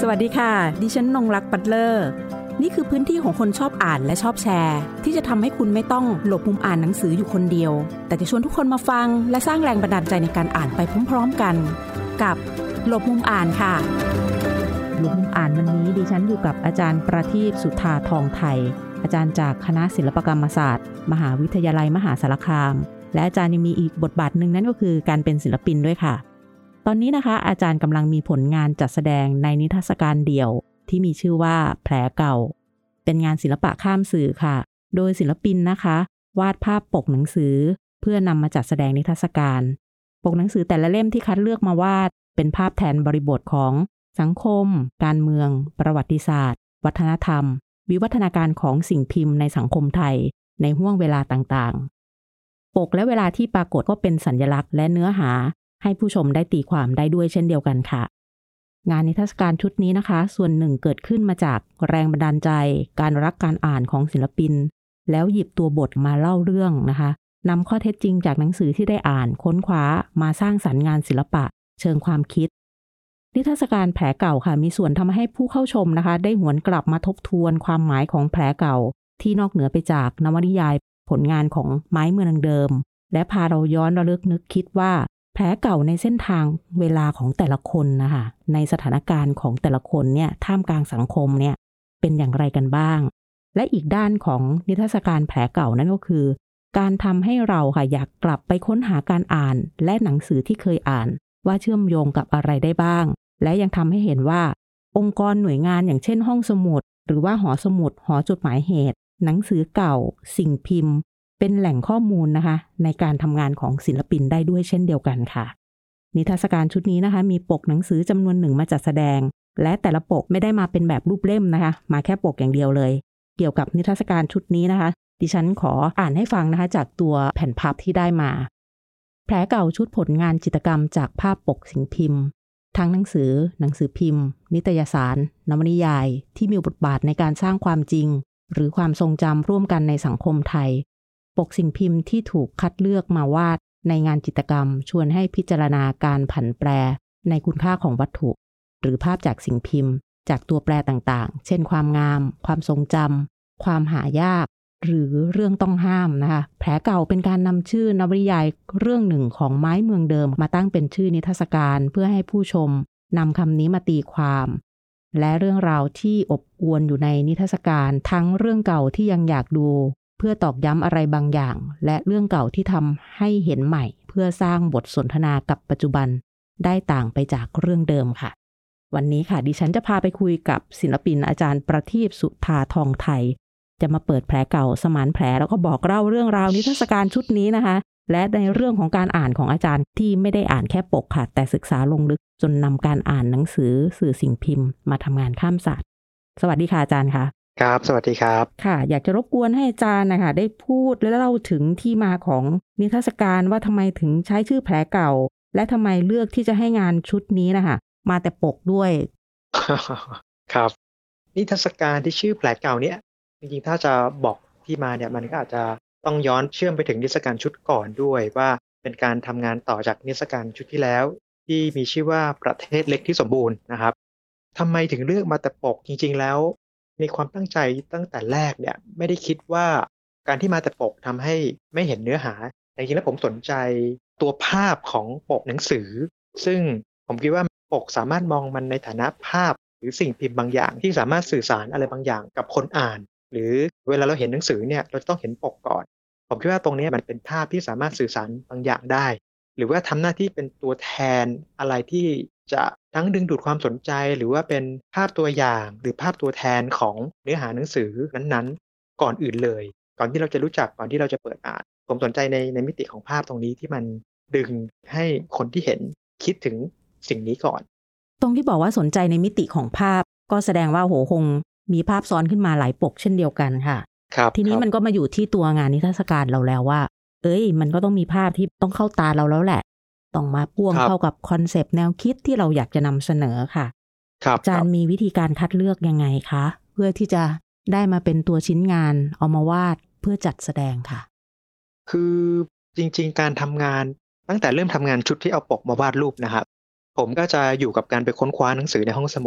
สวัสดีค่ะดิฉันนงรักปัตเลอร์นี่คือพื้นที่ของคนชอบอ่านและชอบแชร์ที่จะทำให้คุณไม่ต้องหลบมุมอ่านหนังสืออยู่คนเดียวแต่จะชวนทุกคนมาฟังและสร้างแรงบันดาลใจในการอ่านไปพร้อมๆกันกับหลบมุมอ่านค่ะหลบมุมอ่านวันนี้ดิฉันอยู่กับอาจารย์ประทีปสุธาทองไทยอาจารย์จากคณะศิลปกรรมศาสตร์มหาวิทยาลัยมหาสารคามและอาจารย์ยังมีอีกบทบาทหนึ่งนั่นก็คือการเป็นศิลปินด้วยค่ะตอนนี้นะคะอาจารย์กำลังมีผลงานจัดแสดงในนิทรรศการเดี่ยวที่มีชื่อว่าแผลเก่าเป็นงานศิลปะข้ามสื่อค่ะโดยศิลปินนะคะวาดภาพปกหนังสือเพื่อนำมาจัดแสดงนิทรรศการปกหนังสือแต่ละเล่มที่คัดเลือกมาวาดเป็นภาพแทนบริบทของสังคมการเมืองประวัติศาสตร์วัฒนธรรมวิวัฒนาการของสิ่งพิมพ์ในสังคมไทยในห้วงเวลาต่างๆปกและเวลาที่ปรากฏก็เป็นสัญลักษณ์และเนื้อหาให้ผู้ชมได้ตีความได้ด้วยเช่นเดียวกันค่ะงานนิทรรศการชุดนี้นะคะส่วนหนึ่งเกิดขึ้นมาจากแรงบันดาลใจการรักการอ่านของศิลปินแล้วหยิบตัวบทมาเล่าเรื่องนะคะนำข้อเท็จจริงจากหนังสือที่ได้อ่านค้นคว้ามาสร้างสรรค์งานศิลปะเชิงความคิดนิทรรศการแผลเก่าค่ะมีส่วนทำให้ผู้เข้าชมนะคะได้หวนกลับมาทบทวนความหมายของแผลเก่าที่นอกเหนือไปจากนวนิยายผลงานของไม้เมืองเดิมและพาเราย้อนระลึกนึกคิดว่าแผลเก่าในเส้นทางเวลาของแต่ละคนนะคะในสถานการณ์ของแต่ละคนเนี่ยท่ามกลางสังคมเนี่ยเป็นอย่างไรกันบ้างและอีกด้านของนิทรรศการแผลเก่านั่นก็คือการทำให้เราค่ะอยากกลับไปค้นหาการอ่านและหนังสือที่เคยอ่านว่าเชื่อมโยงกับอะไรได้บ้างและยังทำให้เห็นว่าองค์กรหน่วยงานอย่างเช่นห้องสมุดหรือว่าหอสมุดหอจดหมายเหตุหนังสือเก่าสิ่งพิมพ์เป็นแหล่งข้อมูลนะคะในการทำงานของศิลปินได้ด้วยเช่นเดียวกันค่ะนิทรรศการชุดนี้นะคะมีปกหนังสือจำนวนหนึ่งมาจัดแสดงและแต่ละปกไม่ได้มาเป็นแบบรูปเล่มนะคะมาแค่ปกอย่างเดียวเลยเกี่ยวกับนิทรรศการชุดนี้นะคะดิฉันขออ่านให้ฟังนะคะจากตัวแผ่นพับที่ได้มาแผลเก่าชุดผลงานจิตรกรรมจากภาพปกสิ่งพิมพ์ทั้งหนังสือพิมพ์นิตยสารนวนิยายที่มีบทบาทในการสร้างความจริงหรือความทรงจำร่วมกันในสังคมไทยปกสิ่งพิมพ์ที่ถูกคัดเลือกมาวาดในงานจิตรกรรมชวนให้พิจารณาการผันแปรในคุณค่าของวัตถุหรือภาพจากสิ่งพิมพ์จากตัวแปรต่างๆเช่นความงามความทรงจำความหายากหรือเรื่องต้องห้ามนะคะแผลเก่าเป็นการนำชื่อนวนิยายเรื่องหนึ่งของไม้เมืองเดิมมาตั้งเป็นชื่อนิทรรศการเพื่อให้ผู้ชมนำคำนี้มาตีความและเรื่องราวที่อบอวลอยู่ในนิทรรศการทั้งเรื่องเก่าที่ยังอยากดูเพื่อตอกย้ำอะไรบางอย่างและเรื่องเก่าที่ทำให้เห็นใหม่เพื่อสร้างบทสนทนากับปัจจุบันได้ต่างไปจากเรื่องเดิมค่ะวันนี้ค่ะดิฉันจะพาไปคุยกับศิลปินอาจารย์ประทีปสุธาทองไทยจะมาเปิดแผลเก่าสมานแผลแล้วก็บอกเล่าเรื่องราวนิทรรศการชุดนี้นะคะและในเรื่องของการอ่านของอาจารย์ที่ไม่ได้อ่านแค่ปกค่ะแต่ศึกษาลงลึกจนนำการอ่านหนังสือสื่อสิ่งพิมพ์มาทำงานข้ามศาสตร์สวัสดีค่ะอาจารย์ค่ะครับสวัสดีครับค่ะอยากจะรบกวนให้อาจารย์นะคะได้พูดและเล่าถึงที่มาของนิทรรศการว่าทำไมถึงใช้ชื่อแผลเก่าและทำไมเลือกที่จะให้งานชุดนี้นะคะมาแต่ปกด้วยครับนิทรรศการที่ชื่อแผลเก่าเนี่ยจริงๆถ้าจะบอกที่มาเนี่ยมันก็อาจจะต้องย้อนเชื่อมไปถึงนิทรรศการชุดก่อนด้วยว่าเป็นการทำงานต่อจากนิทรรศการชุดที่แล้วที่มีชื่อว่าประเทศเล็กที่สมบูรณ์นะครับทำไมถึงเลือกมาแต่ปกจริงๆแล้วในความตั้งใจตั้งแต่แรกเนี่ยไม่ได้คิดว่าการที่มาแต่ปกทำให้ไม่เห็นเนื้อหาจริงๆแล้วผมสนใจตัวภาพของปกหนังสือซึ่งผมคิดว่าปกสามารถมองมันในฐานะภาพหรือสิ่งพิมพ์บางอย่างที่สามารถสื่อสารอะไรบางอย่างกับคนอ่านหรือเวลาเราเห็นหนังสือเนี่ยเราจะต้องเห็นปกก่อนผมคิดว่าตรงนี้มันเป็นภาพที่สามารถสื่อสารบางอย่างได้หรือว่าทำหน้าที่เป็นตัวแทนอะไรที่จะทั้งดึงดูดความสนใจหรือว่าเป็นภาพตัวอย่างหรือภาพตัวแทนของเนื้อหาหนังสือนั้นๆก่อนอื่นเลยก่อนที่เราจะรู้จักก่อนที่เราจะเปิดอ่านผมสนใจในมิติของภาพตรงนี้ที่มันดึงให้คนที่เห็นคิดถึงสิ่งนี้ก่อนตรงที่บอกว่าสนใจในมิติของภาพก็แสดงว่าโหคงมีภาพซ้อนขึ้นมาหลายปกเช่นเดียวกันค่ะทีนี้มันก็มาอยู่ที่ตัวงานนิทรรศการเราแล้วว่ามันก็ต้องมีภาพที่ต้องเข้าตาเราแล้วแหละต้องมาพ่วงเข้ากับคอนเซปต์แนวคิดที่เราอยากจะนำเสนอค่ะอาจารย์มีวิธีการคัดเลือกยังไงคะเพื่อที่จะได้มาเป็นตัวชิ้นงานเอามาวาดเพื่อจัดแสดงค่ะคือจริงๆการทำงานตั้งแต่เริ่มทำงานชุดที่เอาปกมาวาดรูปนะครับผมก็จะอยู่กับการไปค้นคว้าหนังสือในห้องสมุด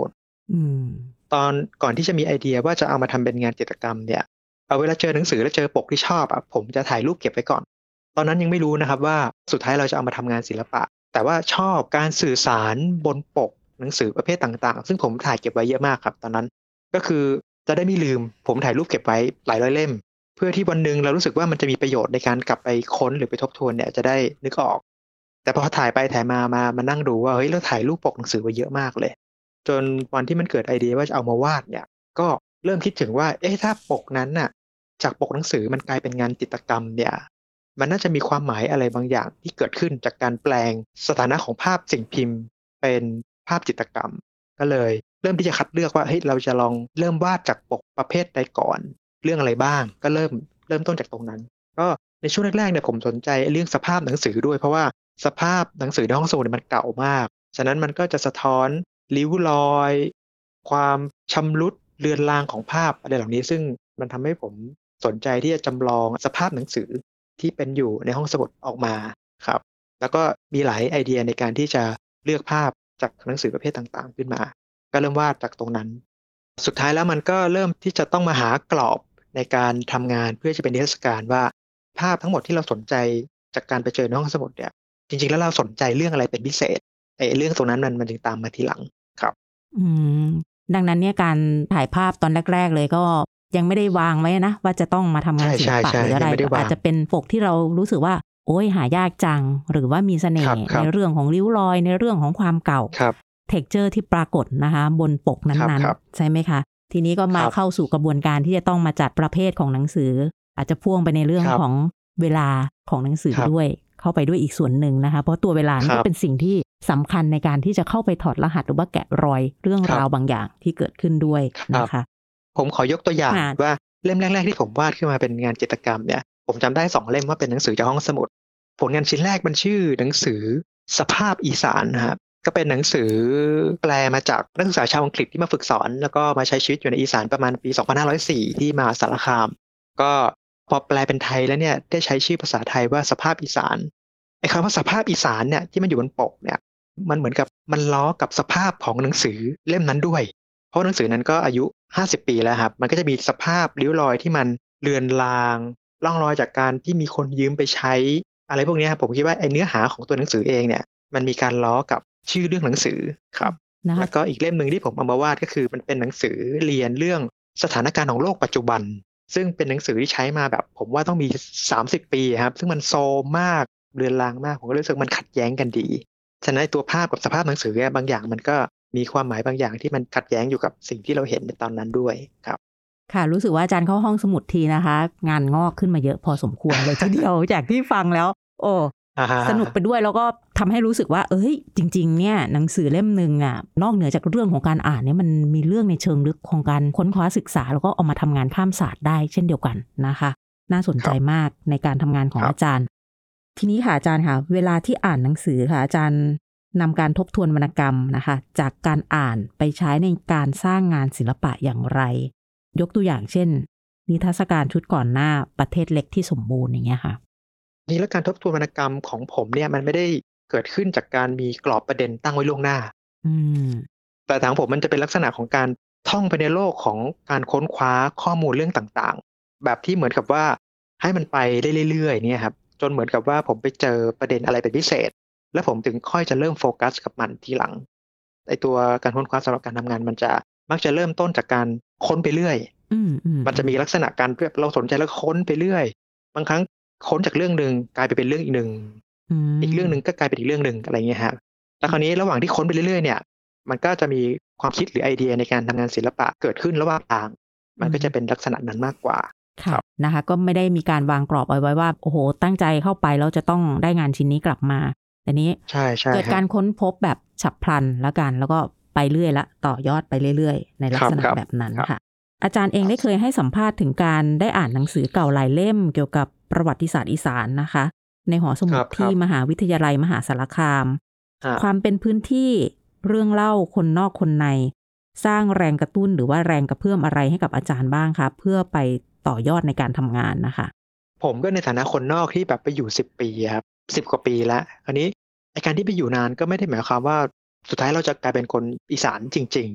อืมตอนก่อนที่จะมีไอเดียว่าจะเอามาทำเป็นงานจิตรกรรมเนี่ยเอาเวลาเจอหนังสือแล้วเจอปกที่ชอบอะผมจะถ่ายรูปเก็บไว้ก่อนตอนนั้นยังไม่รู้นะครับว่าสุดท้ายเราจะเอามาทำงานศิลปะแต่ว่าชอบการสื่อสารบนปกหนังสือประเภทต่างๆซึ่งผมถ่ายเก็บไว้เยอะมากครับตอนนั้นก็คือจะได้ไม่ลืมผมถ่ายรูปเก็บไว้หลายร้อยเล่มเพื่อที่วันหนึ่งเรารู้สึกว่ามันจะมีประโยชน์ในการกลับไปค้นหรือไปทบทวนเนี่ยจะได้นึกออกแต่พอถ่ายไปถ่ายมานั่งดูว่าเฮ้ยเราถ่ายรูปปกหนังสือไว้เยอะมากเลย จนวันที่มันเกิดไอเดียว่าจะเอามาวาดเนี่ยก็เริ่มคิดถึงว่าเอ๊ะถ้าปกนั้นน่ะจากปกหนังสือมันกลายเป็นงานจิตรกรรมเนี่ยมันน่าจะมีความหมายอะไรบางอย่างที่เกิดขึ้นจากการแปลงสถานะของภาพสิ่งพิมพ์เป็นภาพจิตรกรรมก็เลยเริ่มที่จะคัดเลือกว่าเฮ้ยเราจะลองเริ่มวาดจากปกประเภทใดก่อนเรื่องอะไรบ้างก็เริ่มต้นจากตรงนั้นก็ในช่วงแรกๆเนี่ยผมสนใจเรื่องสภาพหนังสือด้วยเพราะว่าสภาพหนังสือในห้องสมุดเนี่ยมันเก่ามากฉะนั้นมันก็จะสะท้อนริ้วรอยความชำรุดเลือนรางของภาพอะไรเหล่านี้ซึ่งมันทำให้ผมสนใจที่จะจำลองสภาพหนังสือที่เป็นอยู่ในห้องสมุดออกมาครับแล้วก็มีหลายไอเดียในการที่จะเลือกภาพจากหนังสือประเภทต่างๆขึ้นมาก็เริ่มวาดจากตรงนั้นสุดท้ายแล้วมันก็เริ่มที่จะต้องมาหากรอบในการทำงานเพื่อจะเป็นนิทรรศการว่าภาพทั้งหมดที่เราสนใจจากการไปเจอในห้องสมุดเนี่ยจริงๆแล้วเราสนใจเรื่องอะไรเป็นพิเศษไอ้เรื่องตรงนั้นมันจึงตามมาทีหลังครับอืมดังนั้นเนี่ยการถ่ายภาพตอนแรกๆเลยก็ยังไม่ได้วางไว้นะว่าจะต้องมาทำงานศิลปะหรืออะไรอาจจะเป็นปกที่เรารู้สึกว่าโอ้ยหายากจังหรือว่ามีเสน่ห์ในเรื่องของริ้วรอยในเรื่องของความเก่าเท็กเจอร์ที่ปรากฏนะคะบนปกนั้นๆใช่ไหมคะทีนี้ก็มาเข้าสู่กระบวนการที่จะต้องมาจัดประเภทของหนังสืออาจจะพ่วงไปในเรื่องของเวลาของหนังสือด้วยเข้าไปด้วยอีกส่วนหนึ่งนะคะเพราะตัวเวลานี่ก็เป็นสิ่งที่สำคัญในการที่จะเข้าไปถอดรหัสหรือว่าแกะรอยเรื่องราวบางอย่างที่เกิดขึ้นด้วยนะคะผมขอยกตัวอย่างว่าเล่มแรกๆที่ผมวาดขึ้นมาเป็นงานจิตรกรรมเนี่ยผมจำได้2เล่มว่าเป็นหนังสือจากห้องสมุดผลงานชิ้นแรกมันชื่อหนังสือสภาพอีสานนะครับก็เป็นหนังสือแปลมาจากนักศึกษาชาวอังกฤษที่มาฝึกสอนแล้วก็มาใช้ชีวิตอยู่ในอีสานประมาณปี2504ที่มหาสารคามก็พอแปลเป็นไทยแล้วเนี่ยได้ใช้ชื่อภาษาไทยว่าสภาพอีสานไอ้คำว่าสภาพอีสานเนี่ยที่มันอยู่บนปกเนี่ยมันเหมือนกับมันล้อกับสภาพของหนังสือเล่มนั้นด้วยเพราะหนังสือนั้นก็อายุ50 ปีแล้วครับมันก็จะมีสภาพริ้วรอยที่มันเลือนลางร่องรอยจากการที่มีคนยืมไปใช้อะไรพวกนี้ครับผมคิดว่าไอ้เนื้อหาของตัวหนังสือเองเนี่ยมันมีการล้อกับชื่อเรื่องหนังสือครับแล้วก็อีกเล่มนึงที่ผมเอามาวาดก็คือมันเป็นหนังสือเรียนเรื่องสถานการณ์ของโลกปัจจุบันซึ่งเป็นหนังสือที่ใช้มาแบบผมว่าต้องมี30 ปีครับซึ่งมันโซมมากเลือนลางมากผมก็รู้สึกมันขัดแย้งกันดีฉะนั้นตัวภาพกับสภาพหนังสือบางอย่างมันก็มีความหมายบางอย่างที่มันขัดแย้งอยู่กับสิ่งที่เราเห็นในตอนนั้นด้วยครับค่ะรู้สึกว่าอาจารย์เข้าห้องสมุดทีนะคะงานงอกขึ้นมาเยอะพอสมควรเลยทีเดียวจากที่ฟังแล้วโอ้สนุกไปด้วยแล้วก็ทำให้รู้สึกว่าเอ้ยจริงๆเนี่ยหนังสือเล่มนึงอ่ะนอกเหนือจากเรื่องของการอ่านเนี่ยมันมีเรื่องในเชิงลึกของการค้นคว้าศึกษาแล้วก็เอามาทำงานข้ามศาสตร์ได้เช่นเดียวกันนะคะน่าสนใจมากในการทำงานของอาจารย์ทีนี้ค่ะอาจารย์ค่ะเวลาที่อ่านหนังสือค่ะอาจารย์นำการทบทวนวรรณกรรมนะคะจากการอ่านไปใช้ในการสร้างงานศิลปะอย่างไรยกตัวอย่างเช่นนิทรรศการชุดก่อนหน้าประเทศเล็กที่สมบูรณ์อย่างเงี้ยค่ะนี่และการทบทวนวรรณกรรมของผมเนี่ยมันไม่ได้เกิดขึ้นจากการมีกรอบประเด็นตั้งไว้ล่วงหน้าแต่ทางผมมันจะเป็นลักษณะของการท่องไปในโลกของการค้นคว้าข้อมูลเรื่องต่างๆแบบที่เหมือนกับว่าให้มันไปได้เรื่อยๆเนี่ยครับจนเหมือนกับว่าผมไปเจอประเด็นอะไรเป็นพิเศษแล้วผมถึงค่อยจะเริ่มโฟกัสกับมันทีหลังไอตัวการค้นคว้าสำหรับการทำงานมันจะมักจะเริ่มต้นจากการค้นไปเรื่อยมันจะมีลักษณะการเราสนใจแล้วค้นไปเรื่อยบางครั้งค้นจากเรื่องนึงกลายไปเป็นเรื่องอีกนึงอีกเรื่องนึงก็กลายเป็นอีกเรื่องนึงอะไรเงี้ยฮะแล้วคราวนี้ระหว่างที่ค้นไปเรื่อยๆเนี่ยมันก็จะมีความคิดหรือไอเดียในการทำงานศิลปะเกิดขึ้นระหว่างทางมันก็จะเป็นลักษณะนั้นมากกว่าค่ะนะคะก็ไม่ได้มีการวางกรอบเอาไว้ว่าโอ้โหตั้งใจเข้าไปแล้วจะต้องได้งานชิ้นนี้กลับมาแต่นี้เกิดการค้นพบแบบฉับพลันแล้วกันแล้วก็ไปเรื่อยละต่อยอดไปเรื่อยๆในลักษณะแบบนั้นค่ะอาจารย์เองได้เคยให้สัมภาษณ์ถึงการได้อ่านหนังสือเก่าหลายเล่มเกี่ยวกับประวัติศาสตร์อีสานนะคะในหอสมุดที่มหาวิทยาลัยมหาสารคามความเป็นพื้นที่เรื่องเล่าคนนอกคนในสร้างแรงกระตุ้นหรือว่าแรงกระเพื่อมอะไรให้กับอาจารย์บ้างคะเพื่อไปต่อยอดในการทำงานนะคะผมก็ในฐานะคนนอกที่แบบไปอยู่10 ปีครับ10 กว่าปีแล้วคราวนี้ไอ้การที่ไปอยู่นานก็ไม่ได้หมายความว่าสุดท้ายเราจะกลายเป็นคนอีสานจริง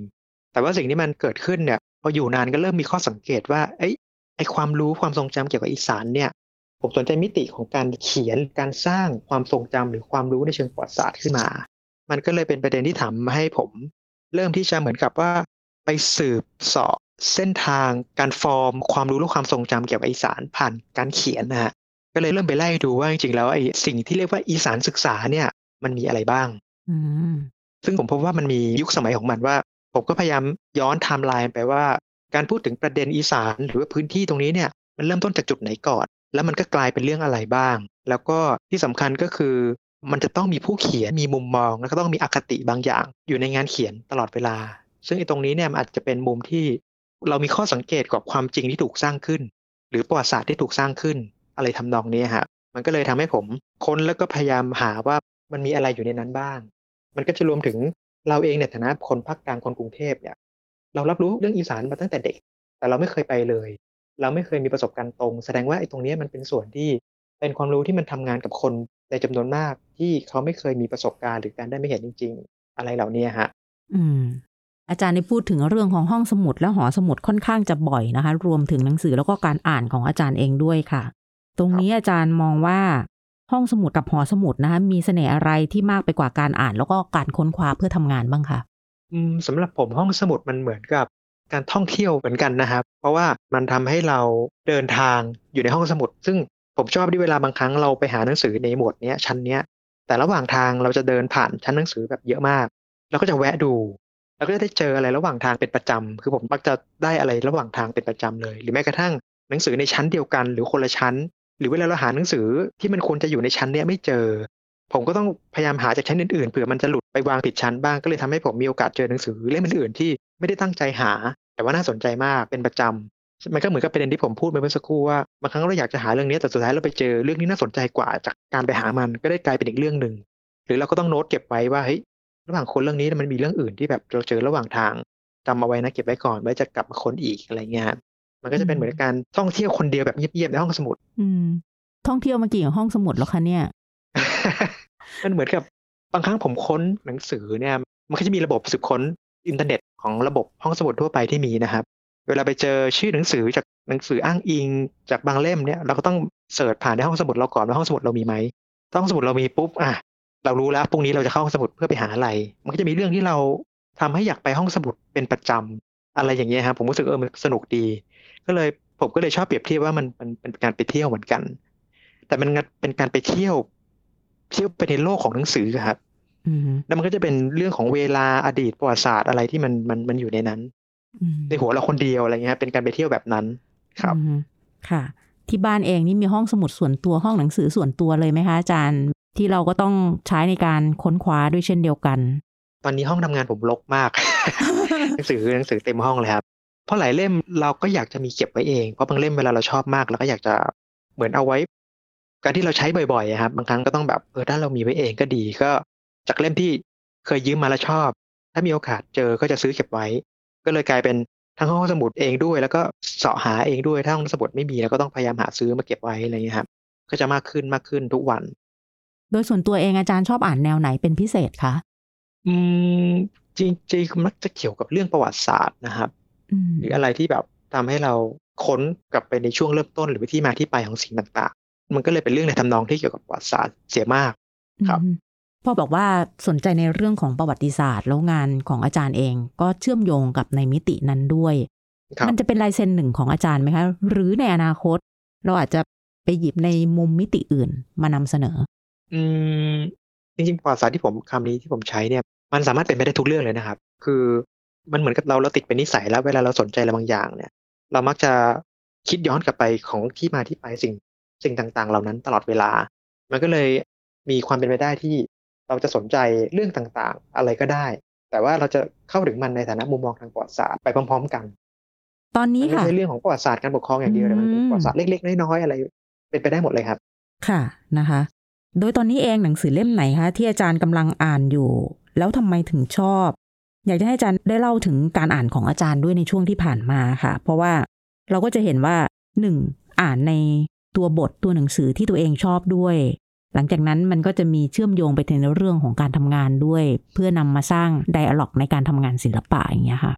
แต่ว่าสิ่งที่มันเกิดขึ้นเนี่ยพออยู่นานก็เริ่มมีข้อสังเกตว่าไอ้ความรู้ความทรงจำเกี่ยวกับอีสานเนี่ยผมสนใจมิติของการเขียนการสร้างความทรงจำหรือความรู้ในเชิงประวัติศาสตร์ขึ้นมามันก็เลยเป็นประเด็นที่ทำให้ผมเริ่มที่จะเหมือนกับว่าไปสืบเสาะเส้นทางการฟอร์มความรู้และความทรงจำเกี่ยวกับอีสานผ่านการเขียนนะฮะก็เลยเริ่มไปไล่ดูว่าจริงๆแล้วไอ้สิ่งที่เรียกว่าอีสานศึกษาเนี่ยมันมีอะไรบ้างซึ่งผมพบว่ามันมียุคสมัยของมันว่าผมก็พยายามย้อนไทม์ไลน์ไปว่าการพูดถึงประเด็นอีสานหรือว่าพื้นที่ตรงนี้เนี่ยมันเริ่มต้นจากจุดไหนก่อนแล้วมันก็กลายเป็นเรื่องอะไรบ้างแล้วก็ที่สำคัญก็คือมันจะต้องมีผู้เขียนมีมุมมองแล้วก็ต้องมีอคติบางอย่างอยู่ในงานเขียนตลอดเวลาซึ่งไอ้ตรงนี้เนี่ยมันอาจจะเป็นมุมที่เรามีข้อสังเกตกับความจริงที่ถูกสร้างขึ้นหรือประวัติศาสตร์ที่ถูกสร้างขึ้นอะไรทำนองนี้ฮะมันก็เลยทำให้ผมค้นแล้วก็พยายามหาว่ามันมีอะไรอยู่ในนั้นบ้างมันก็จะรวมถึงเราเองในฐานะคนภาคกลางคนกรุงเทพเนี่ยเรารับรู้เรื่องอีสานมาตั้งแต่เด็กแต่เราไม่เคยไปเลยเราไม่เคยมีประสบการณ์ตรงแสดงว่าไอ้ตรงนี้มันเป็นส่วนที่เป็นความรู้ที่มันทำงานกับคนในจำนวนมากที่เขาไม่เคยมีประสบการณ์หรือการได้ไม่เห็นจริงๆอะไรเหล่านี้ฮะอาจารย์ได้พูดถึงเรื่องของห้องสมุดและหอสมุดค่อนข้างจะบ่อยนะคะรวมถึงหนังสือแล้วก็การอ่านของอาจารย์เองด้วยค่ะตรงนี้อาจารย์มองว่าห้องสมุดกับหอสมุดนะคะมีเสน่ห์อะไรที่มากไปกว่าการอ่านแล้วก็การค้นคว้าเพื่อทำงานบ้างคะสำหรับผมห้องสมุดมันเหมือนกับการท่องเที่ยวเหมือนกันนะครับเพราะว่ามันทำให้เราเดินทางอยู่ในห้องสมุดซึ่งผมชอบที่เวลาบางครั้งเราไปหาหนังสือในหมวดนี้ชั้นนี้แต่ระหว่างทางเราจะเดินผ่านชั้นหนังสือแบบเยอะมากเราก็จะแวะดูแล้วก็จะได้เจออะไรระหว่างทางเป็นประจำคือผมมักจะได้อะไรระหว่างทางเป็นประจำเลยหรือแม้กระทั่งหนังสือในชั้นเดียวกันหรือคนละชั้นหรือเวลาเราหาหนังสือที่มันควรจะอยู่ในชั้นนี้ไม่เจอผมก็ต้องพยายามหาจากชั้นอื่นๆเผื่อมันจะหลุดไปวางผิดชั้นบ้างก็เลยทำให้ผมมีโอกาสเจอหนังสือเล่มอื่นๆที่ไม่ได้ตั้งใจหาแต่ว่าน่าสนใจมากเป็นประจำมันก็เหมือนกับประเด็นที่ผมพูดไปเมื่อสักครู่ว่าบางครั้งเราอยากจะหาเรื่องนี้แต่สุดท้ายเราไปเจอเรื่องนี้น่าสนใจกว่าจากการไปหามันก็ได้กลายเป็นอีกเรื่องนึงหรือเราก็ต้องโน้ตเก็บไว้ว่าเฮ้ยระหว่างคนเรื่องนี้มันมีเรื่องอื่นที่แบบเราเจอระหว่างทางจำเอาไว้นะเก็บไว้ก่อนไว้จะกลับมาค้นอีกอะไรเงี้ยมันก็จะเป็นเหมือนการท่องเที่ยวคนเดียวแบบเงียบๆในห้องสมุดท่องเที่ยวมากี่ห้องสมุดแล้วคะเนี่ยมันเหมือนกับบางครั้งผมค้นหนังสือเนี่ยมันก็จะมีระบบสืบค้นอินเทอร์เน็ตของระบบห้องสมุดทั่วไปที่มีนะครับเวลาไปเจอชื่อหนังสือจากหนังสืออ้างอิงจากบางเล่มเนี่ยเราก็ต้องเสิร์ชผ่านในห้องสมุดเราก่อนว่าห้องสมุดเรามีไหมถ้าห้องสมุดเรามีปุ๊บเรารู้แล้วพรุ่งนี้เราจะเข้าห้องสมุดเพื่อไปหาอะไรมันก็จะมีเรื่องที่เราทำให้อยากไปห้องสมุดเป็นประจำอะไรอย่างเงี้ยครับผมรู้สึกมันสนุกดีผมก็เลยชอบเปรียบเทียบว่ามันเป็นการไปเที่ยวเหมือนกันแต่มันเป็นการไปเที่ยวไปในโลกของหนังสือครับแล้วมันก็จะเป็นเรื่องของเวลาอดีตประวัติศาสตร์อะไรที่มันอยู่ในนั้นในหัวเราคนเดียวอะไรเงี้ยเป็นการไปเที่ยวแบบนั้นครับค่ะที่บ้านเองนี่มีห้องสมุดส่วนตัวห้องหนังสือส่วนตัวเลยไหมคะอาจารย์ที่เราก็ต้องใช้ในการค้นคว้าด้วยเช่นเดียวกันตอนนี้ห้องทำงานผมรกมาก หนังสือเต็มห้องเลยครับเพราะหลายเล่มเราก็อยากจะมีเก็บไว้เองเพราะบางเล่มเวลาเราชอบมากเราก็อยากจะเหมือนเอาไว้การที่เราใช้บ่อยๆครับบางครั้งก็ต้องแบบถ้าเรามีไว้เองก็ดีก็จากเล่มที่เคยยืมมาแล้วชอบถ้ามีโอกาสเจอก็จะซื้อเก็บไว้ก็เลยกลายเป็นทั้งห้องสมุดเองด้วยแล้วก็เสาะหาเองด้วยถ้าห้องสมุดไม่มีแล้วก็ต้องพยายามหาซื้อมาเก็บไว้อะไรอย่างนี้ครับก็จะมากขึ้นทุกวันโดยส่วนตัวเองอาจารย์ชอบอ่านแนวไหนเป็นพิเศษคะจริงๆมักจะเกี่ยวกับเรื่องประวัติศาสตร์นะครับหรืออะไรที่แบบทำให้เราค้นกลับไปในช่วงเริ่มต้นหรือที่มาที่ไปของสิ่งต่างๆมันก็เลยเป็นเรื่องในทำนองที่เกี่ยวกับประวัติศาสตร์เสียมากครับพ่อบอกว่าสนใจในเรื่องของประวัติศาสตร์แล้วงานของอาจารย์เองก็เชื่อมโยงกับในมิตินั้นด้วยมันจะเป็นลายเซ็นหนึ่งของอาจารย์ไหมคะหรือในอนาคตเราอาจจะไปหยิบในมุมมิติอื่นมานำเสนอจริงๆประวัติศาสตร์ที่คำนี้ที่ผมใช้เนี่ยมันสามารถเป็นไปได้ทุกเรื่องเลยนะครับคือมันเหมือนกับเราติดเป็นนิสัยแล้วเวลาเราสนใจอะไรบางอย่างเนี่ยเรามักจะคิดย้อนกลับไปของที่มาที่ไปสิ่งต่างๆเหล่านั้นตลอดเวลามันก็เลยมีความเป็นไปได้ที่เราจะสนใจเรื่องต่างๆอะไรก็ได้แต่ว่าเราจะเข้าถึงมันในฐานะมุมมองทางประวัติศาสตร์ไปพร้อมๆกันตอนนี้ค่ะไม่ใช่เรื่องของประวัติศาสตร์การปกครองอย่างเดียวแต่มันเป็นประวัติศาสตร์เล็กๆน้อยๆอะไรเป็นไปได้หมดเลยครับค่ะนะคะโดยตอนนี้เองหนังสือเล่มไหนคะที่อาจารย์กำลังอ่านอยู่แล้วทำไมถึงชอบอยากจะให้อาจารย์ได้เล่าถึงการอ่านของอาจารย์ด้วยในช่วงที่ผ่านมาค่ะเพราะว่าเราก็จะเห็นว่า1อ่านในตัวบทตัวหนังสือที่ตัวเองชอบด้วยหลังจากนั้นมันก็จะมีเชื่อมโยงไปในเรื่องของการทำงานด้วยเพื่อนำมาสร้างไดอะล็อกในการทำงานศิลปะอย่างเงี้ยค่ะ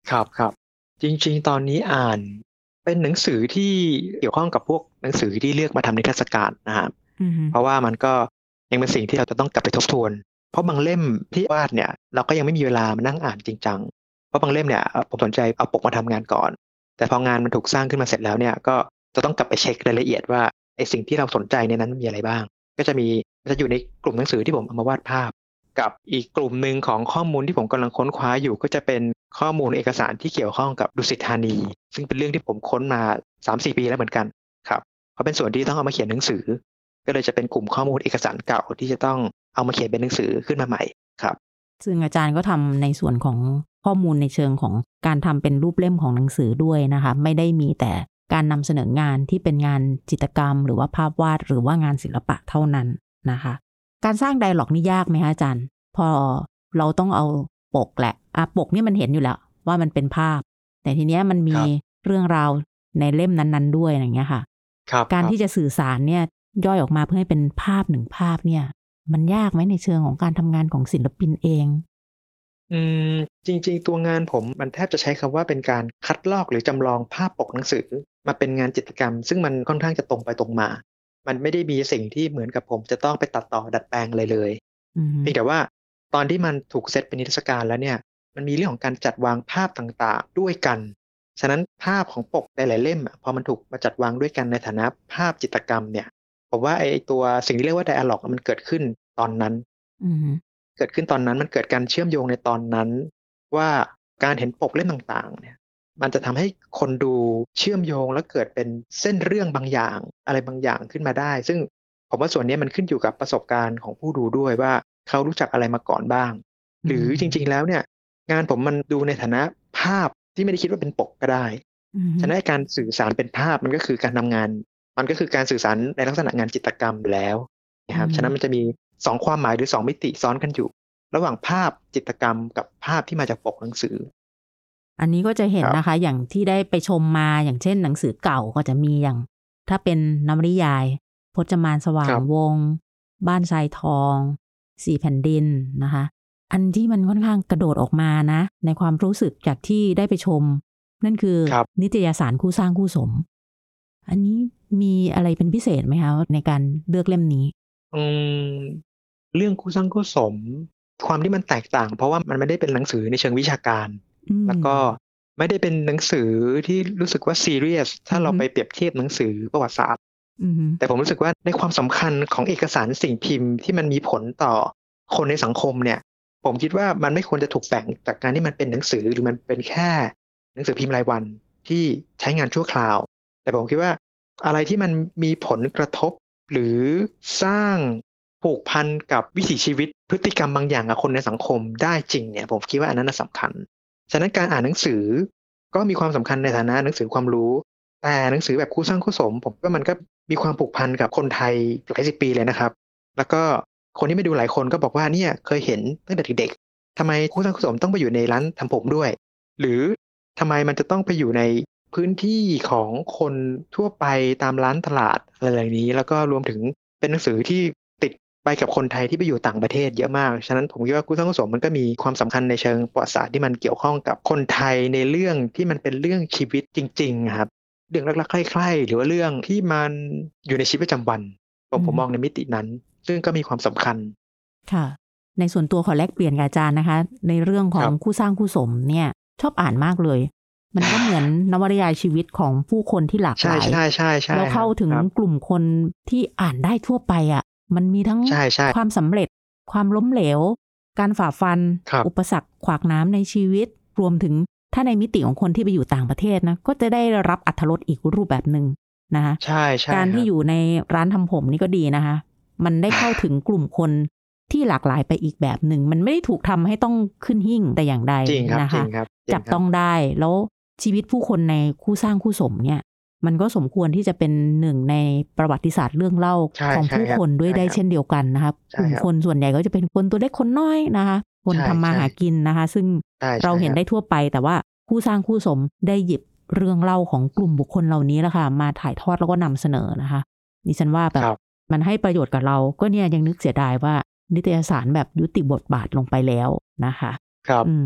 ครับจริงๆตอนนี้อ่านเป็นหนังสือที่เกี่ยวข้องกับพวกหนังสือที่เลือกมาทำนิทรรศการนะครับเพราะว่ามันก็ยังเป็นสิ่งที่เราจะต้องกลับไปทบทวนเพราะบางเล่มที่วาดเนี่ยเราก็ยังไม่มีเวลามานั่งอ่านจริงจังเพราะบางเล่มเนี่ยผมสนใจเอาปกมาทำงานก่อนแต่พองานมันถูกสร้างขึ้นมาเสร็จแล้วเนี่ยก็จะต้องกลับไปเช็ครายละเอียดว่าไอ้สิ่งที่เราสนใจในนั้นมันมีอะไรบ้างก็จะอยู่ในกลุ่มหนังสือที่ผมเอามาวาดภาพกับอีกกลุ่มหนึ่งของข้อมูลที่ผมกำลังค้นคว้าอยู่ก็จะเป็นข้อมูลเอกสารที่เกี่ยวข้องกับดุสิตธานีซึ่งเป็นเรื่องที่ผมค้นมา 3-4 ปีแล้วเหมือนกันครับเพราะเป็นส่วนที่ต้องเอามาเขียนหนังสือก็เลยจะเป็นกลุ่มข้อมูลเอกสารเก่าที่จะต้องเอามาเขียนเป็นหนังสือขึ้นมาใหม่ครับซึ่งอาจารย์ก็ทำในส่วนของข้อมูลในเชิงของการทำเป็นรูปเล่มของหนังสือด้วยนะคะไม่ได้มีแต่การนำเสนองานที่เป็นงานจิตรกรรมหรือว่าภาพวาดหรือว่างานศิลปะเท่านั้นนะคะการสร้างไดอะล็อกนี่ยากไหมคะอาจารย์พอเราต้องเอาปกแหละปกนี่มันเห็นอยู่แล้วว่ามันเป็นภาพแต่ทีเนี้ยมันมีเรื่องราวในเล่มนั้นๆด้วยอย่างเงี้ยค่ะการที่จะสื่อสารเนี่ยย่อยออกมาเพื่อให้เป็นภาพหนึ่งภาพเนี่ยมันยากไหมในเชิงของการทำงานของศิลปินเองจริงๆตัวงานผมมันแทบจะใช้คำว่าเป็นการคัดลอกหรือจำลองภาพปกหนังสือมาเป็นงานจิตรกรรมซึ่งมันค่อนข้างจะตรงไปตรงมามันไม่ได้มีสิ่งที่เหมือนกับผมจะต้องไปตัดต่อดัดแปลงอะไรเลยเพียงแต่ว่าตอนที่มันถูกเซตเป็นนิทรรศการแล้วเนี่ยมันมีเรื่องของการจัดวางภาพต่างๆด้วยกันฉะนั้นภาพของปกหลายๆเล่มพอมันถูกมาจัดวางด้วยกันในฐานะภาพจิตรกรรมเนี่ยผมว่าไอ้ตัวสิ่งที่เรียกว่าไดอะล็อกมันเกิดขึ้นตอนนั้นเกิดขึ้นตอนนั้นมันเกิดการเชื่อมโยงในตอนนั้นว่าการเห็นปกเล่มต่างๆเนี่ยมันจะทำให้คนดูเชื่อมโยงแล้วเกิดเป็นเส้นเรื่องบางอย่างอะไรบางอย่างขึ้นมาได้ซึ่งผมว่าส่วนนี้มันขึ้นอยู่กับประสบการณ์ของผู้ดูด้วยว่าเขารู้จักอะไรมาก่อนบ้างหรือจริงๆแล้วเนี่ยงานผมมันดูในฐานะภาพที่ไม่ได้คิดว่าเป็นปกก็ได้ฉะนั้นการสื่อสารเป็นภาพมันก็คือการทำงานมันก็คือการสื่อสารในลักษณะงานจิตรกรรมอยู่แล้วนะครับฉะนั้นมันจะมี2ความหมายหรือ2มิติซ้อนกันอยู่ระหว่างภาพจิตรกรรมกับภาพที่มาจากปกหนังสืออันนี้ก็จะเห็นนะคะอย่างที่ได้ไปชมมาอย่างเช่นหนังสือเก่าก็จะมีอย่างถ้าเป็นนวนิยายพจมานสว่างวงศ์บ้านทรายทอง4 แผ่นดินนะคะอันที่มันค่อนข้างกระโดดออกมานะในความรู้สึกจากที่ได้ไปชมนั่นคือนิตยสารคู่สร้างคู่สมอันนี้มีอะไรเป็นพิเศษไหมคะในการเลือกเล่มนี้เรื่องคู่สร้างคู่สมความที่มันแตกต่างเพราะว่ามันไม่ได้เป็นหนังสือในเชิงวิชาการแล้วก็ไม่ได้เป็นหนังสือที่รู้สึกว่าซีเรียสถ้าเราไปเปรียบเทียบหนังสือประวัติศาสตร์แต่ผมรู้สึกว่าในความสำคัญของเอกสารสิ่งพิมพ์ที่มันมีผลต่อคนในสังคมเนี่ยผมคิดว่ามันไม่ควรจะถูกแบ่งจากการที่มันเป็นหนังสือหรือมันเป็นแค่หนังสือพิมพ์รายวันที่ใช้งานชั่วคราวแต่ผมคิดว่าอะไรที่มันมีผลกระทบหรือสร้างผูกพันกับวิถีชีวิตพฤติกรรมบางอย่างกับคนในสังคมได้จริงเนี่ยผมคิดว่าอันนั้นสำคัญฉะนั้นการอ่านหนังสือก็มีความสำคัญในฐานะหนังสือความรู้แต่หนังสือแบบคู่สร้างคู่สมผมว่ามันก็มีความผูกพันกับคนไทยหลายสิบปีเลยนะครับแล้วก็คนที่ไม่ดูหลายคนก็บอกว่าเนี่ยเคยเห็นตั้งแต่เด็กๆทำไมคู่สร้างคู่สมต้องไปอยู่ในร้านทำผมด้วยหรือทำไมมันจะต้องไปอยู่ในพื้นที่ของคนทั่วไปตามร้านตลาดอะไรอย่างนี้แล้วก็รวมถึงเป็นหนังสือที่ติดไปกับคนไทยที่ไปอยู่ต่างประเทศเยอะมากฉะนั้นผมคิดว่าคู่สร้างคู่สมมันก็มีความสำคัญในเชิงประวัติศาสตร์ที่มันเกี่ยวข้องกับคนไทยในเรื่องที่มันเป็นเรื่องชีวิตจริงๆครับเรื่องรักๆใคร่ๆหรือว่าเรื่องที่มันอยู่ในชีวิตประจำวันผมมองในมิตินั้นซึ่งก็มีความสำคัญค่ะในส่วนตัวขอแลกเปลี่ยนกับอาจารย์นะคะในเรื่องของคู่สร้างคู่สมเนี่ยชอบอ่านมากเลยมันก็เหมือนนวนิยายชีวิตของผู้คนที่หลากหลายใช่แล้วเข้าถึงกลุ่มคนที่อ่านได้ทั่วไปอ่ะมันมีทั้งความสำเร็จความล้มเหลวการฝ่าฟันอุปสรรคขวากน้ำในชีวิตรวมถึงถ้าในมิติของคนที่ไปอยู่ต่างประเทศนะก็จะได้รับอรรถรสอีกรูปแบบนึงนะคะการที่อยู่ในร้านทำผมนี่ก็ดีนะคะมันได้เข้าถึงกลุ่มคนที่หลากหลายไปอีกแบบหนึ่งมันไม่ได้ถูกทำให้ต้องขึ้นหิ้งแต่อย่างใดนะคะจับต้องได้แล้วชีวิตผู้คนในคู่สร้างคู่สมเนี่ยมันก็สมควรที่จะเป็นหนึ่งในประวัติศาสตร์เรื่องเล่าของผู้คนด้วยได้เช่นเดียวกันนะคะกลุ่มคนส่วนใหญ่ก็จะเป็นคนตัวเล็กคนน้อยนะคะคนทำมาหากินนะคะซึ่งเราเห็นได้ทั่วไปแต่ว่าคู่สร้างคู่สมได้หยิบเรื่องเล่าของกลุ่มบุคคลเหล่านี้แล้วค่ะมาถ่ายทอดแล้วก็นำเสนอนะคะดิฉันว่าแบบมันให้ประโยชน์กับเราก็เนี่ยยังนึกเสียดายว่านิตยสารแบบยุติบทบาทลงไปแล้วนะคะครับ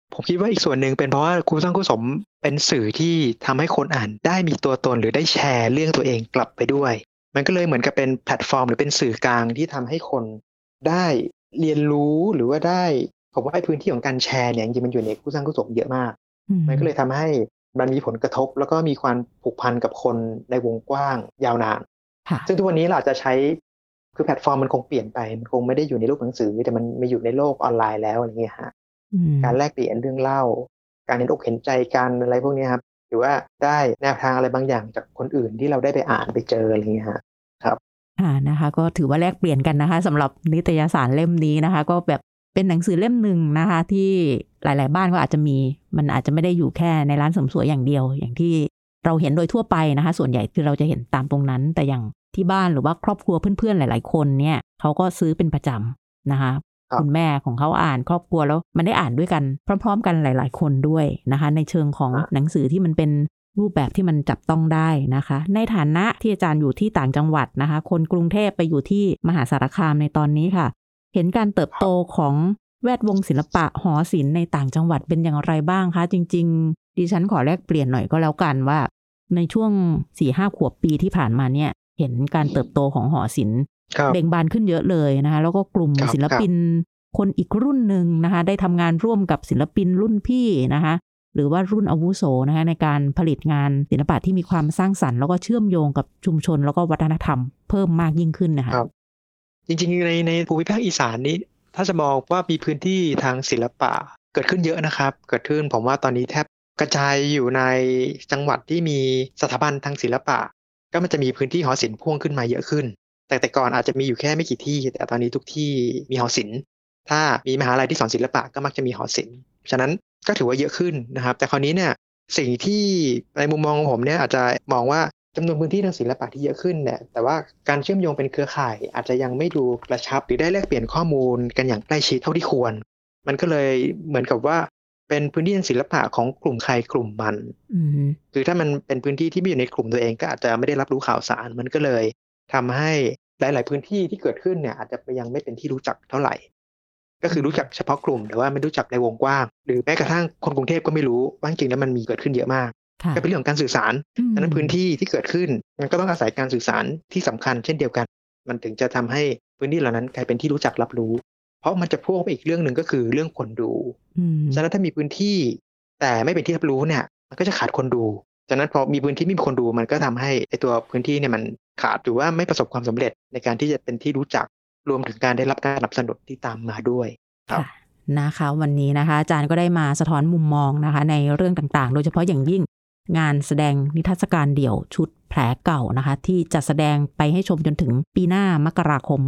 ผมคิดว่าอีกส่วนหนึ่งเป็นเพราะว่าครูสร้างครูสมเป็นสื่อที่ทำให้คนอ่านได้มีตัวตนหรือได้แชร์เรื่องตัวเองกลับไปด้วยมันก็เลยเหมือนกับเป็นแพลตฟอร์มหรือเป็นสื่อกลางที่ทำให้คนได้เรียนรู้หรือว่าได้ผมว่าพื้นที่ของการแชร์เนี่ยจริงๆมันอยู่ในครูสร้างครูสมเยอะมากมันก็เลยทำให้มันมีผลกระทบแล้วก็มีความผูกพันกับคนในวงกว้างยาวนานซึ่งทุกวันนี้เราอาจจะใช้คือแพลตฟอร์มมันคงเปลี่ยนไปมันคงไม่ได้อยู่ในรูปหนังสือแต่มันมาอยู่ในโลกออนไลน์แล้วอะไรเงี้ยฮะการแลกเปลี่ยนเรื่องเล่าการเห็นอกเห็นใจกันอะไรพวกนี้ครับหรือว่าได้แนวทางอะไรบางอย่างจากคนอื่นที่เราได้ไปอ่านไปเจออะไรเงี้ยครับนะคะก็ถือว่าแลกเปลี่ยนกันนะคะสำหรับนิตยสารเล่มนี้นะคะก็แบบเป็นหนังสือเล่มหนึ่งนะคะที่หลายๆบ้านก็อาจจะมีมันอาจจะไม่ได้อยู่แค่ในร้านเสริมสวยอย่างเดียวอย่างที่เราเห็นโดยทั่วไปนะคะส่วนใหญ่คือเราจะเห็นตามตรงนั้นแต่อย่างที่บ้านหรือว่าครอบครัวเพื่อนๆหลายๆคนเนี่ยเขาก็ซื้อเป็นประจำนะคะคุณแม่ของเขาอ่านครอบครัวแล้วมันได้อ่านด้วยกันพร้อมๆกันหลายๆคนด้วยนะคะในเชิงของหนังสือที่มันเป็นรูปแบบที่มันจับต้องได้นะคะในฐานะที่อาจารย์อยู่ที่ต่างจังหวัดนะคะคนกรุงเทพไปอยู่ที่มหาสารคามในตอนนี้ค่ะเห็นการเติบโตของแวดวงศิลปะหอศิลป์ในต่างจังหวัดเป็นอย่างไรบ้างคะจริงๆดิฉันขอแลกเปลี่ยนหน่อยก็แล้วกันว่าในช่วง 4-5 ขวบปีที่ผ่านมาเนี่ยเห็นการเติบโตของหอศิลป์เบ่งบานขึ้นเยอะเลยนะคะแล้วก็กลุ่มศิลปินคนอีกรุ่นหนึ่งนะคะได้ทำงานร่วมกับศิลปินรุ่นพี่นะคะหรือว่ารุ่นอาวุโสนะคะในการผลิตงานศิลปะที่มีความสร้างสรรค์แล้วก็เชื่อมโยงกับชุมชนแล้วก็วัฒนธรรมเพิ่มมากยิ่งขึ้นนะคะจริงๆในภูมิภาคอีสานนี้ถ้าจะมองว่ามีพื้นที่ทางศิลปะเกิดขึ้นเยอะนะครับเกิดขึ้นผมว่าตอนนี้แทบกระจายอยู่ในจังหวัดที่มีสถาบันทางศิลปะก็มันจะมีพื้นที่หอศิลป์พ่วงขึ้นมาเยอะขึ้นแต่ก่อนอาจจะมีอยู่แค่ไม่กี่ที่แต่ตอนนี้ทุกที่มีหอศิลป์ถ้ามีมหาลัยที่สอนศิลปะก็มักจะมีหอศิลป์ฉะนั้นก็ถือว่าเยอะขึ้นนะครับแต่คราวนี้เนี่ยสิ่งที่ในมุมมองของผมเนี่ยอาจจะมองว่าจำนวนพื้นที่ทางศิลปะที่เยอะขึ้นเนี่ยแต่ว่าการเชื่อมโยงเป็นเครือข่ายอาจจะยังไม่ดูกระชับหรือได้แลกเปลี่ยนข้อมูลกันอย่างใกล้ชิดเท่าที่ควรมันก็เลยเหมือนกับว่าเป็นพื้นที่ทางศิลปะของกลุ่มใครกลุ่มมันคือถ้ามันเป็นพื้นที่ที่ไม่อยู่ในกลุ่มตัวเองก็อาจจะไม่ได้รับรู้ข่าวสารมันก็เลยทำให้หลายๆพื้นที่ที่เกิดขึ้นเนี่ยอาจจะยังไม่เป็นที่รู้จักเท่าไหร่ก็คือรู้จักเฉพาะกลุ่มแต่ว่าไม่รู้จักในวงกว้างหรือแม้กระทั่งคนกรุงเทพก็ไม่รู้ว่าจริงๆแล้วมันมีเกิดขึ้นเยอะมากก็เป็นเรื่องของการสื่อสารดังนั้นพื้นที่ที่เกิดขึ้นมันก็ต้องอาศัยการสื่อสารที่สำคัญเช่นเดียวกันมันถึงจะทำให้พื้นที่เหล่านั้นกลายเป็นที่รู้จักรับรู้เพราะมันจะพ่วงไปอีกเรื่องหนึ่งก็คือเรื่องคนดูฉะนั้นถ้ามีพื้นที่แต่ไม่เป็นที่รับรู้เนี่ยมันก็จะขาดคนดูฉะนั้นพอมีพื้นที่ไม่มีคนดูมันก็ทำให้ไอ้ตัวพื้นที่เนี่ยมันขาดหรือว่าไม่ประสบความสำเร็จในการที่จะเป็นที่รู้จักรวมถึงการได้รับการสนับสนุนที่ตามมาด้วยครับนะคะวันนี้นะคะอาจารย์ก็ได้มาสะท้อนมุมมองนะคะในเรื่องต่างๆโดยเฉพาะอย่างยิ่งงานแสดงนิทรรศการเดี่ยวชุดแผลเก่านะคะที่จะแสดงไปให้ชมจนถึงปีหน้ามกราคม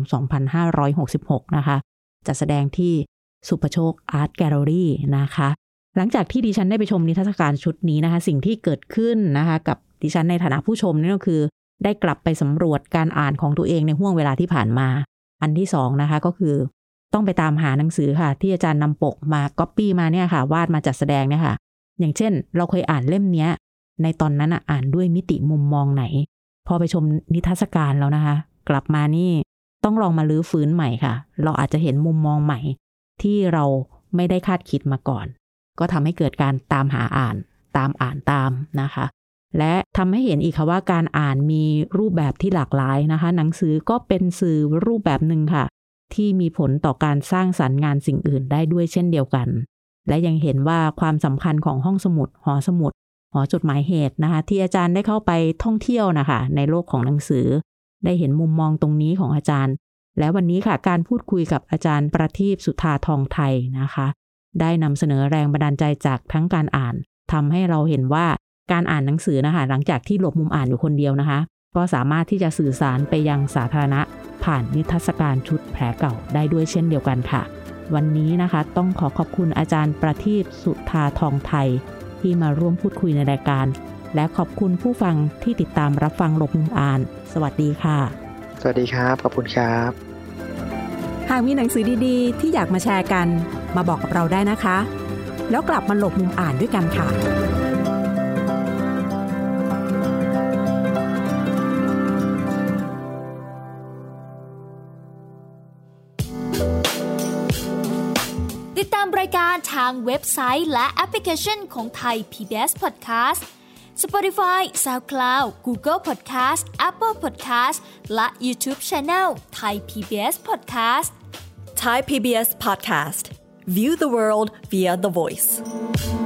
2566 นะคะจะแสดงที่สุภโชคอาร์ตแกลเลอรี่นะคะหลังจากที่ดิฉันได้ไปชมนิทรรศการชุดนี้นะคะสิ่งที่เกิดขึ้นนะคะกับดิฉันในฐานะผู้ชมนั่นก็คือได้กลับไปสำรวจการอ่านของตัวเองในห่วงเวลาที่ผ่านมาอันที่สองนะคะก็คือต้องไปตามหาหนังสือค่ะที่อาจารย์นำปกมาก๊อปปี้มาเนี่ยค่ะวาดมาจัดแสดงเนี่ยค่ะอย่างเช่นเราเคยอ่านเล่มเนี้ยในตอนนั้นอ่านด้วยมิติมุมมองไหนพอไปชมนิทรรศการแล้วนะคะกลับมานี่ต้องลองมาลื้อฟื้นใหม่ค่ะเราอาจจะเห็นมุมมองใหม่ที่เราไม่ได้คาดคิดมาก่อนก็ทำให้เกิดการตามหาอ่านตามนะคะและทำให้เห็นอีกค่ะว่าการอ่านมีรูปแบบที่หลากหลายนะคะหนังสือก็เป็นสื่อรูปแบบหนึ่งค่ะที่มีผลต่อการสร้างสรรค์งานสิ่งอื่นได้ด้วยเช่นเดียวกันและยังเห็นว่าความสำคัญของห้องสมุดหอสมุดหอจดหมายเหตุนะคะที่อาจารย์ได้เข้าไปท่องเที่ยวนะคะในโลกของหนังสือได้เห็นมุมมองตรงนี้ของอาจารย์และวันนี้ค่ะการพูดคุยกับอาจารย์ประทีปสุธาทองไทยนะคะได้นำเสนอแรงบันดาลใจจากทั้งการอ่านทำให้เราเห็นว่าการอ่านหนังสือนะคะหลังจากที่หลบมุมอ่านอยู่คนเดียวนะคะก็สามารถที่จะสื่อสารไปยังสาธารณะผ่านนิทรรศการชุดแผลเก่าได้ด้วยเช่นเดียวกันค่ะวันนี้นะคะต้องขอบคุณอาจารย์ประทีปสุธาทองไทยที่มาร่วมพูดคุยในรายการและขอบคุณผู้ฟังที่ติดตามรับฟังหลบมุมอ่านสวัสดีค่ะสวัสดีครับขอบคุณครับหากมีหนังสือดีๆที่อยากมาแชร์กันมาบอกกับเราได้นะคะแล้วกลับมาหลบมุมอ่านด้วยกันค่ะติดตามรายการทางเว็บไซต์และแอปพลิเคชันของไทย PBS Podcast Spotify, SoundCloud, Google Podcast, Apple Podcast และ YouTube Channel Thai PBS Podcast Thai PBS Podcast. View the world via the voice.